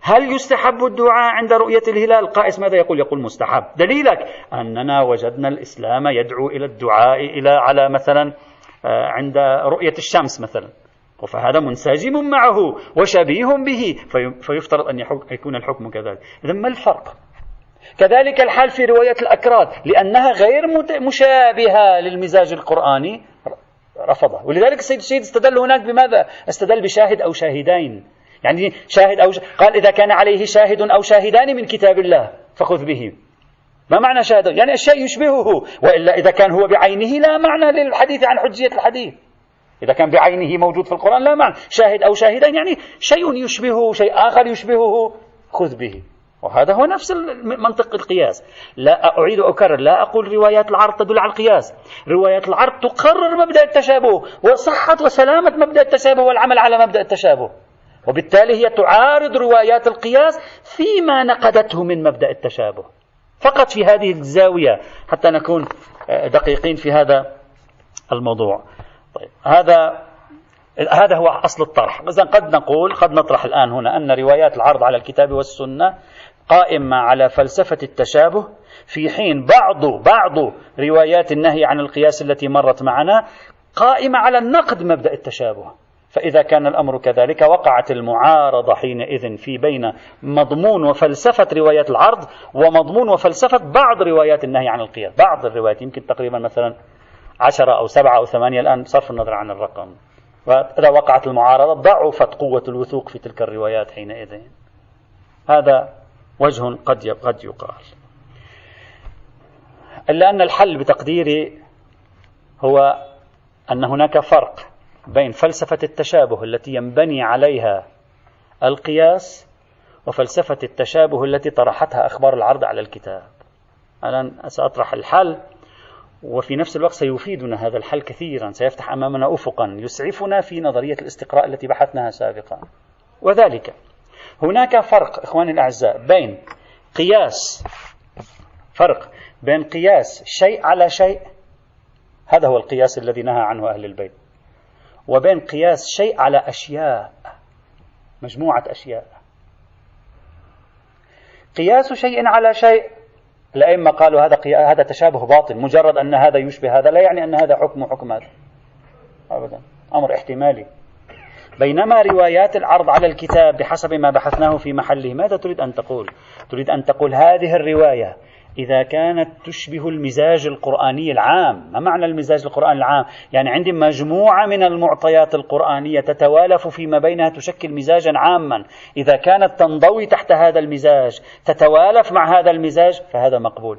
هل يستحب الدعاء عند رؤية الهلال؟ القائس ماذا يقول؟ يقول مستحب. دليلك أننا وجدنا الإسلام يدعو إلى الدعاء إلى على مثلا عند رؤية الشمس مثلا، فهذا منسجم معه وشبيه به، فيفترض أن يكون الحكم كذلك. إذن ما الفرق؟ كذلك الحال في رواية الأكراد، لأنها غير مشابهة للمزاج القرآني رفضها. ولذلك السيد الشهيد استدل هناك بماذا؟ استدل بشاهد أو شاهدين. يعني شاهد أو ش... قال إذا كان عليه شاهد أو شاهدان من كتاب الله فخذ به. ما معنى شاهد؟ يعني الشيء يشبهه، وإلا إذا كان هو بعينه لا معنى للحديث عن حجية الحديث. إذا كان بعينه موجود في القرآن لا معنى. شاهد أو شاهدان يعني شيء يشبهه شيء آخر يشبهه خذ به، وهذا هو نفس منطق القياس. لا أعيد أكرر، لا أقول روايات العرض تدل على القياس. روايات العرض تقرر مبدأ التشابه وصحة وسلامة مبدأ التشابه والعمل على مبدأ التشابه، وبالتالي هي تعارض روايات القياس فيما نقدته من مبدأ التشابه، فقط في هذه الزاوية حتى نكون دقيقين في هذا الموضوع. طيب هذا هذا هو أصل الطرح. إذن قد نقول قد نطرح الآن هنا أن روايات العرض على الكتاب والسنة قائمة على فلسفة التشابه، في حين بعض بعض روايات النهي عن القياس التي مرت معنا قائمة على النقد مبدأ التشابه. فإذا كان الأمر كذلك وقعت المعارضة حينئذ في بين مضمون وفلسفة روايات العرض ومضمون وفلسفة بعض روايات النهي عن القياس. بعض الروايات يمكن تقريبا مثلا عشرة أو سبعة أو ثمانية الآن صرف النظر عن الرقم. وإذا وقعت المعارضة ضعفت قوة الوثوق في تلك الروايات حينئذ. هذا وجه قد قد يقال. إلا أن الحل بتقديري هو أن هناك فرق بين فلسفة التشابه التي ينبني عليها القياس وفلسفة التشابه التي طرحتها أخبار العرض على الكتاب. أنا سأطرح الحل، وفي نفس الوقت سيفيدنا هذا الحل كثيرا، سيفتح أمامنا أفقا يسعفنا في نظرية الاستقراء التي بحثناها سابقا. وذلك هناك فرق إخواني الأعزاء بين قياس فرق بين قياس شيء على شيء، هذا هو القياس الذي نهى عنه أهل البيت، وبين قياس شيء على أشياء، مجموعة أشياء. قياس شيء على شيء الأئمة قالوا هذا هذا تشابه باطل، مجرد أن هذا يشبه هذا لا يعني أن هذا حكم حكم هذا أبدا، أمر احتمالي. بينما روايات العرض على الكتاب بحسب ما بحثناه في محله ماذا تريد أن تقول؟ تريد أن تقول هذه الرواية إذا كانت تشبه المزاج القرآني العام. ما معنى المزاج القرآني العام؟ يعني عندي مجموعة من المعطيات القرآنية تتوالف فيما بينها تشكل مزاجا عاما، إذا كانت تنضوي تحت هذا المزاج تتوالف مع هذا المزاج فهذا مقبول.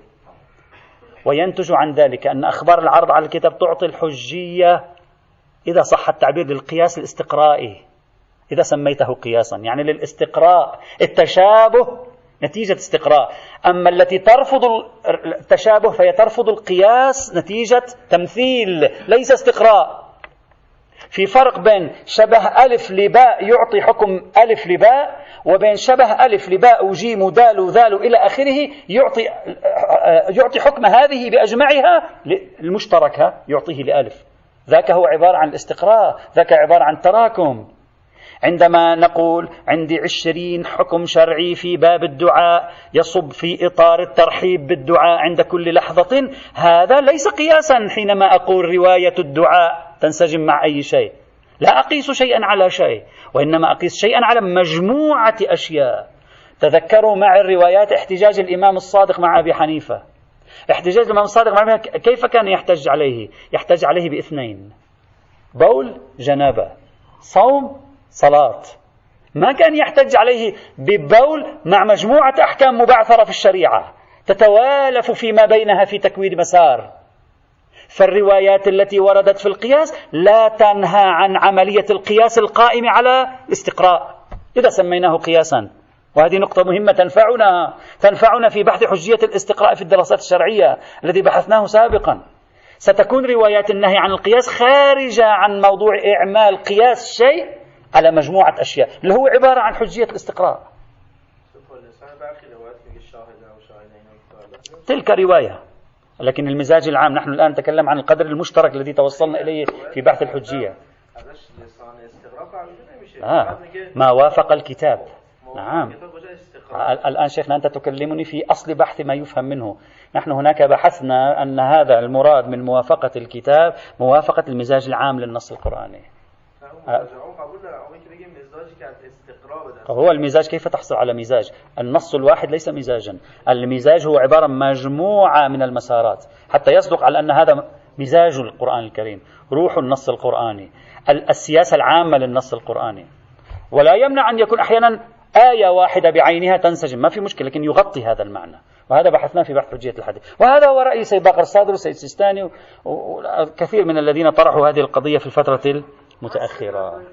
وينتج عن ذلك أن أخبار العرض على الكتاب تعطي الحجية إذا صح التعبير للقياس الاستقرائي، إذا سميته قياسا يعني للاستقراء، التشابه نتيجة استقراء. أما التي ترفض التشابه فهي ترفض القياس نتيجة تمثيل ليس استقراء. في فرق بين شبه ألف لباء يعطي حكم ألف لباء، وبين شبه ألف لباء وجيم ودال وذال إلى آخره يعطي يعطي حكم هذه بأجمعها المشتركة يعطيه لألف. ذاك هو عبارة عن الاستقراء، ذاك عبارة عن تراكم. عندما نقول عندي عشرين حكم شرعي في باب الدعاء يصب في إطار الترحيب بالدعاء عند كل لحظة، هذا ليس قياسا. حينما أقول رواية الدعاء تنسجم مع أي شيء، لا أقيس شيئا على شيء، وإنما أقيس شيئا على مجموعة أشياء. تذكروا مع الروايات احتجاج الإمام الصادق مع أبي حنيفة. احتجاج الإمام الصادق مع أبي حنيفة كيف كان يحتج عليه؟ يحتج عليه باثنين: بول جنابة، صوم صلاة. ما كان يحتج عليه ببول مع مجموعة أحكام مبعثرة في الشريعة تتوالف فيما بينها في تكوين مسار. فالروايات التي وردت في القياس لا تنهى عن عملية القياس القائم على الاستقراء إذا سميناه قياسا. وهذه نقطة مهمة تنفعنا تنفعنا في بحث حجية الاستقراء في الدراسات الشرعية الذي بحثناه سابقا. ستكون روايات النهي عن القياس خارجة عن موضوع إعمال قياس شيء على مجموعة أشياء اللي هو عبارة عن حجية الاستقراء. تلك رواية، لكن المزاج العام نحن الآن نتكلم عن القدر المشترك الذي توصلنا إليه في بحث الحجية. آه. ما وافق الكتاب نعم. الآن شيخنا أنت تكلمني في أصل بحث ما يفهم منه. نحن هناك بحثنا أن هذا المراد من موافقة الكتاب موافقة المزاج العام للنص القرآني. هو المزاج كيف تحصل على مزاج؟ النص الواحد ليس مزاجا، المزاج هو عبارة مجموعة من المسارات حتى يصدق على أن هذا مزاج القرآن الكريم، روح النص القرآني، السياسة العامة للنص القرآني. ولا يمنع أن يكون أحيانا آية واحدة بعينها تنسجم، ما في مشكلة، لكن يغطي هذا المعنى. وهذا بحثنا في بحث حجية الحديث، وهذا هو رأي سيد باقر الصادر وسيد سيستاني وكثير من الذين طرحوا هذه القضية في الفترة المتأخرة.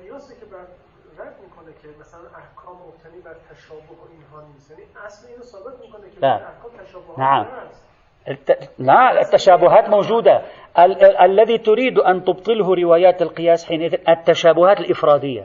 لا نعم الت... لا التشابهات موجودة. ال... ال... الذي تريد أن تبطله روايات القياس حينئذ التشابهات الإفرادية،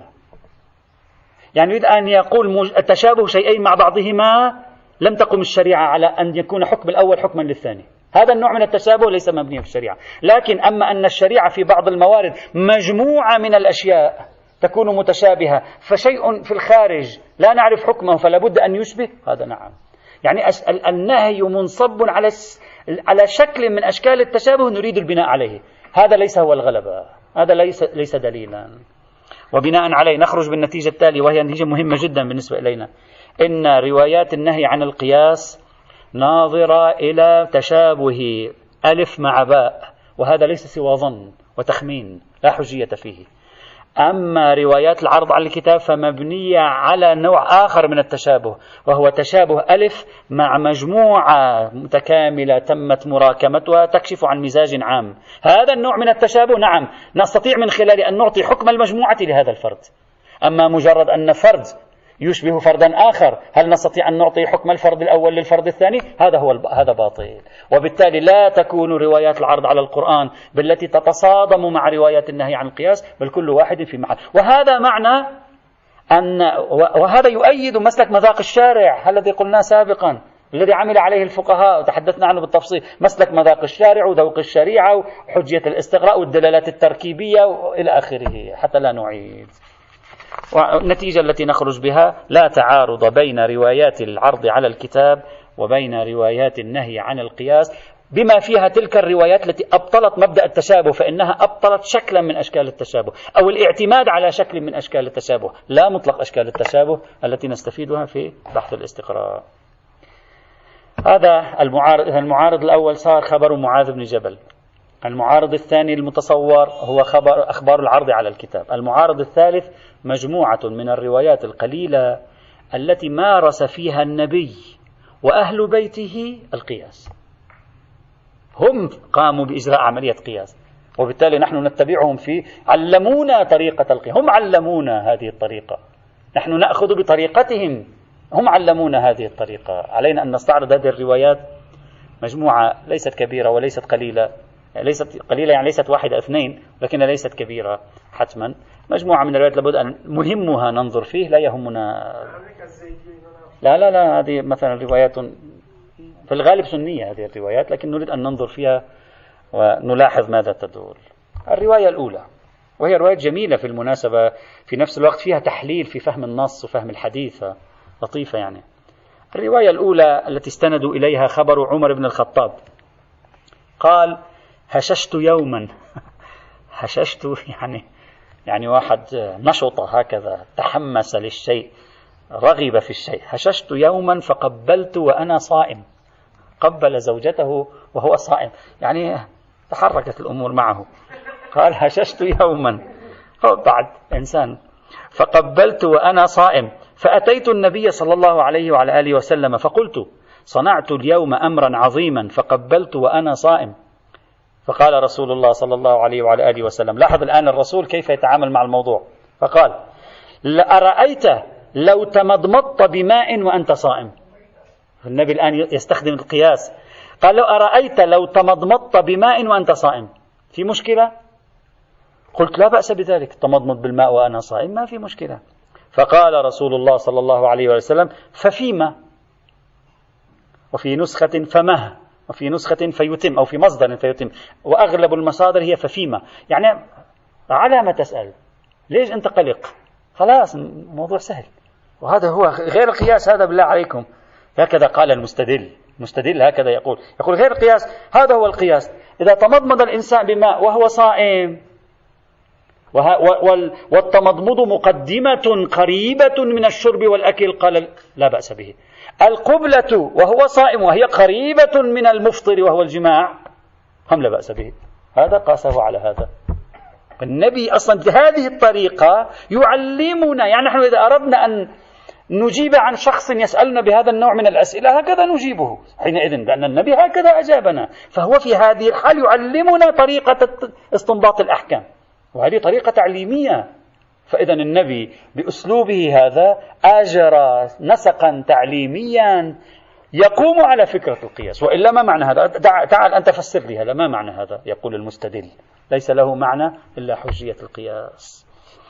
يعني يريد أن يقول مج... التشابه شيئين مع بعضهما لم تقم الشريعة على أن يكون حكم الأول حكما للثاني. هذا النوع من التشابه ليس مبني في الشريعة. لكن أما أن الشريعة في بعض الموارد مجموعة من الأشياء تكون متشابهة، فشيء في الخارج لا نعرف حكمه فلا بد أن يشبه، هذا نعم. يعني النهي منصب على على شكل من أشكال التشابه نريد البناء عليه. هذا ليس هو الغلبة، هذا ليس ليس دليلا. وبناء عليه نخرج بالنتيجة التالية، وهي نتيجة مهمة جدا بالنسبة إلينا: إن روايات النهي عن القياس ناظرة إلى تشابه ألف مع باء، وهذا ليس سوى ظن وتخمين لا حجية فيه. أما روايات العرض على الكتاب فمبنية على نوع آخر من التشابه، وهو تشابه ألف مع مجموعة متكاملة تمت مراكمتها تكشف عن مزاج عام. هذا النوع من التشابه نعم نستطيع من خلاله أن نعطي حكم المجموعة لهذا الفرد. أما مجرد أن فرد يشبه فردا آخر، هل نستطيع أن نعطي حكم الفرد الأول للفرد الثاني؟ هذا هو الب... هذا باطل. وبالتالي لا تكون روايات العرض على القرآن بالتي تتصادم مع روايات النهي عن القياس، بل كل واحد في محل. وهذا معنى أن وهذا يؤيد مسلك مذاق الشارع الذي قلناه سابقا، الذي عمل عليه الفقهاء وتحدثنا عنه بالتفصيل، مسلك مذاق الشارع وذوق الشريعة وحجية الاستقراء والدلالات التركيبية وإلى آخره حتى لا نعيد. والنتيجة التي نخرج بها: لا تعارض بين روايات العرض على الكتاب وبين روايات النهي عن القياس، بما فيها تلك الروايات التي أبطلت مبدأ التشابه، فإنها أبطلت شكلا من أشكال التشابه أو الاعتماد على شكل من أشكال التشابه، لا مطلق أشكال التشابه التي نستفيدها في بحث الاستقراء. هذا المعارض. المعارض الأول صار خبر معاذ بن جبل. المعارض الثاني المتصور هو خبر أخبار العرض على الكتاب. المعارض الثالث مجموعة من الروايات القليلة التي مارس فيها النبي وأهل بيته القياس، هم قاموا بإجراء عملية قياس، وبالتالي نحن نتبعهم في علمونا طريقة القياس، هم علمونا هذه الطريقة، نحن نأخذ بطريقتهم، هم علمونا هذه الطريقة. علينا أن نستعرض هذه الروايات، مجموعة ليست كبيرة وليست قليلة، ليست قليلة يعني ليست واحدة اثنين، لكن ليست كبيرة حتما. مجموعة من الروايات لابد أن مهمها ننظر فيه، لا يهمنا. لا لا لا هذه مثلا روايات في الغالب سنية هذه الروايات، لكن نريد أن ننظر فيها ونلاحظ ماذا تدور. الرواية الأولى، وهي رواية جميلة في المناسبة، في نفس الوقت فيها تحليل في فهم النص وفهم الحديث، لطيفة يعني. الرواية الأولى التي استندوا إليها خبر عمر بن الخطاب قال: هششت يوما هششت يعني يعني واحد نشط هكذا، تحمس للشيء، رغب في الشيء. هششت يوما فقبلت وأنا صائم. قبل زوجته وهو صائم، يعني تحركت الأمور معه. قال: هششت يوما، هو بعد إنسان، فقبلت وأنا صائم، فأتيت النبي صلى الله عليه وعلى آله وسلم فقلت: صنعت اليوم أمرا عظيما فقبلت وأنا صائم. فقال رسول الله صلى الله عليه وعلى آله وسلم، لاحظ الآن الرسول كيف يتعامل مع الموضوع، فقال: أرأيت لو تمضمضت بماء وأنت صائم. النبي الآن يستخدم القياس، قال: لو أرأيت لو تمضمضت بماء وأنت صائم، في مشكلة؟ قلت: لا بأس بذلك، تمضمض بالماء وأنا صائم ما في مشكلة. فقال رسول الله صلى الله عليه وسلم: ففيما، وفي نسخة فمه، وفي نسخة فيتم، أو في مصدر فيتم، وأغلب المصادر هي ففيما. يعني على ما تسأل، ليش أنت قلق؟ خلاص الموضوع سهل، وهذا هو غير القياس. هذا بالله عليكم هكذا قال المستدل. المستدل هكذا يقول يقول غير القياس، هذا هو القياس. إذا تمضمض الإنسان بماء وهو صائم والتمضمض مقدمة قريبة من الشرب والأكل قال لا بأس به. القبلة وهو صائم وهي قريبة من المفطر وهو الجماع هم لا بأس به. هذا قاسه على هذا. النبي أصلا بهذه الطريقة يعلمنا، يعني نحن إذا أردنا أن نجيب عن شخص يسألنا بهذا النوع من الأسئلة هكذا نجيبه حينئذ، لأن النبي هكذا أجابنا. فهو في هذه الحال يعلمنا طريقة استنباط الأحكام، وهذه طريقة تعليمية. فإذا النبي بأسلوبه هذا أجرى نسقا تعليميا يقوم على فكرة القياس. وإلا ما معنى هذا؟ تعال أنت فسر لي هذا، ما معنى هذا؟ يقول المستدل ليس له معنى إلا حجية القياس.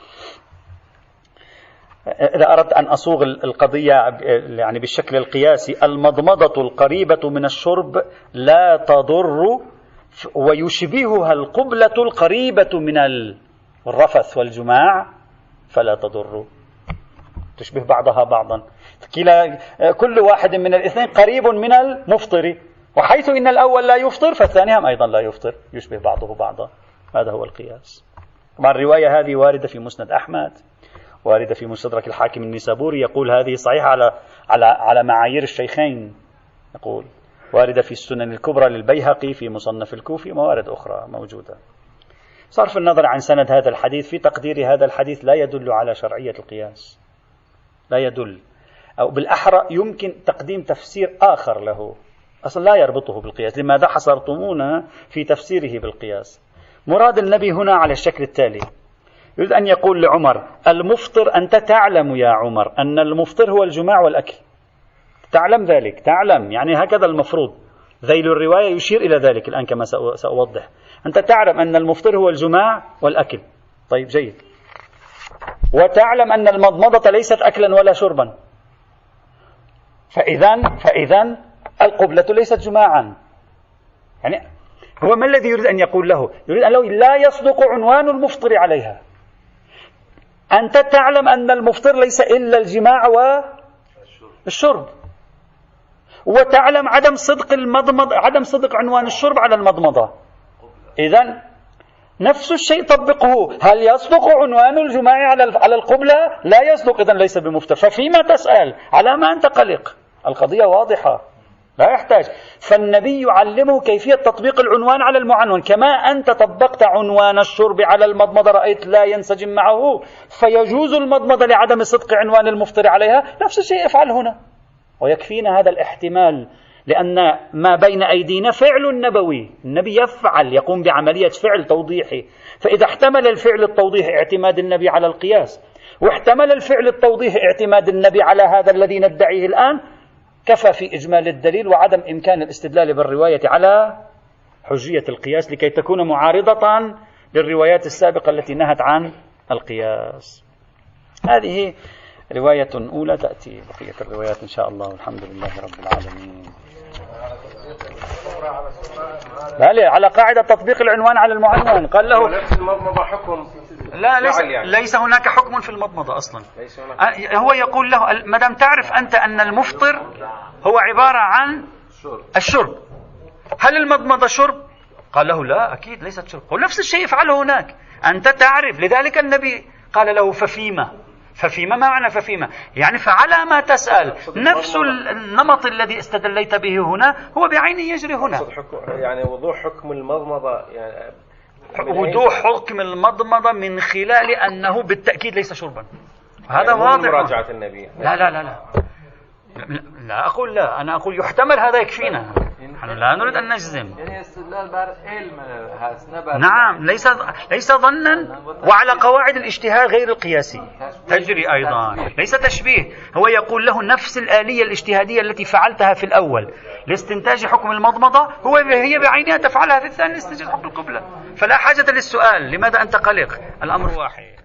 إذا أردت أن أصوغ القضية يعني بالشكل القياسي، المضمضة القريبة من الشرب لا تضر ويشبهها القبلة القريبة من الرفث والجماع فلا تضر، تشبه بعضها بعضا. كلا كل واحد من الاثنين قريب من المفطر، وحيث إن الأول لا يفطر فالثاني هم أيضا لا يفطر، يشبه بعضه بعضا. هذا هو القياس. طبعا الرواية هذه واردة في مسند أحمد، واردة في مستدرك الحاكم النيسابوري، يقول هذه صحيحة على على على معايير الشيخين، يقول واردة في السنن الكبرى للبيهقي، في مصنف الكوفي، موارد أخرى موجودة. صرف النظر عن سند هذا الحديث، في تقدير هذا الحديث لا يدل على شرعية القياس، لا يدل، أو بالأحرى يمكن تقديم تفسير آخر له، أصلا لا يربطه بالقياس. لماذا حصرتمونا في تفسيره بالقياس؟ مراد النبي هنا على الشكل التالي، يريد أن يقول لعمر المفطر، أنت تعلم يا عمر أن المفطر هو الجماع والأكل، تعلم ذلك، تعلم يعني هكذا المفروض. ذيل الرواية يشير إلى ذلك الآن كما سأوضح. أنت تعلم أن المفطر هو الجماع والأكل، طيب جيد، وتعلم أن المضمضة ليست أكلا ولا شربا، فإذن فإذن القبلة ليست جماعا. يعني هو ما الذي يريد أن يقول له؟ يريد أن له لا يصدق عنوان المفطر عليها. أنت تعلم أن المفطر ليس إلا الجماع والشرب، وتعلم عدم صدق المضمضة، عدم صدق عنوان الشرب على المضمضة. إذن نفس الشيء طبقه. هل يصدق عنوان الجماع على على القبلة؟ لا يصدق، إذن ليس بمفطر. ففيما تسأل؟ على ما أنت قلق؟ القضية واضحة، لا يحتاج. فالنبي يعلمه كيفية تطبيق العنوان على المعنون. كما أنت طبقت عنوان الشرب على المضمضة رأيت لا ينسجم معه فيجوز المضمضة لعدم صدق عنوان المفطر عليها، نفس الشيء افعل هنا. ويكفينا هذا الاحتمال، لأن ما بين أيدينا فعل نبوي، النبي يفعل، يقوم بعملية فعل توضيحي. فإذا احتمل الفعل التوضيحي اعتماد النبي على القياس، واحتمل الفعل التوضيحي اعتماد النبي على هذا الذي ندعيه الآن، كفى في إجمال الدليل وعدم إمكان الاستدلال بالرواية على حجية القياس لكي تكون معارضة للروايات السابقة التي نهت عن القياس. هذه رواية أولى، تأتي بقية الروايات إن شاء الله، والحمد لله رب العالمين. لا على قاعدة تطبيق العنوان على المعنون. قال له لا ليس, ليس هناك حكم في المضمضة أصلا. هو يقول له مدام تعرف أنت أن المفطر هو عبارة عن الشرب، هل المضمضة شرب؟ قال له لا أكيد ليست شرب. هو نفس الشيء يفعله هناك، أنت تعرف. لذلك النبي قال له ففيما. ففيما ما معنى ففيما؟ يعني فعلى ما تسأل. نفس النمط الذي استدليت به هنا هو بعينه يجري هنا. يعني وضوح حكم المضمضة، يعني وضوح حكم المضمضة من خلال أنه بالتأكيد ليس شربا. هذا يعني واضح. مراجعة النبي. لا لا لا لا لا أقول لا، أنا أقول يحتمل، هذا يكفينا، نحن لا نريد أن نجزم. يعني استدلال بار علم هاسنا. نعم، ليس ليس ظنا، وعلى قواعد الاجتهاد غير القياسي تجري أيضا، ليس تشبيه. هو يقول له نفس الآلية الاجتهادية التي فعلتها في الأول لاستنتاج حكم المضمضة هو هي بعينها تفعلها في الثاني لاستنتاج حكم القبلة. فلا حاجة للسؤال لماذا أنت قلق، الأمر واحد.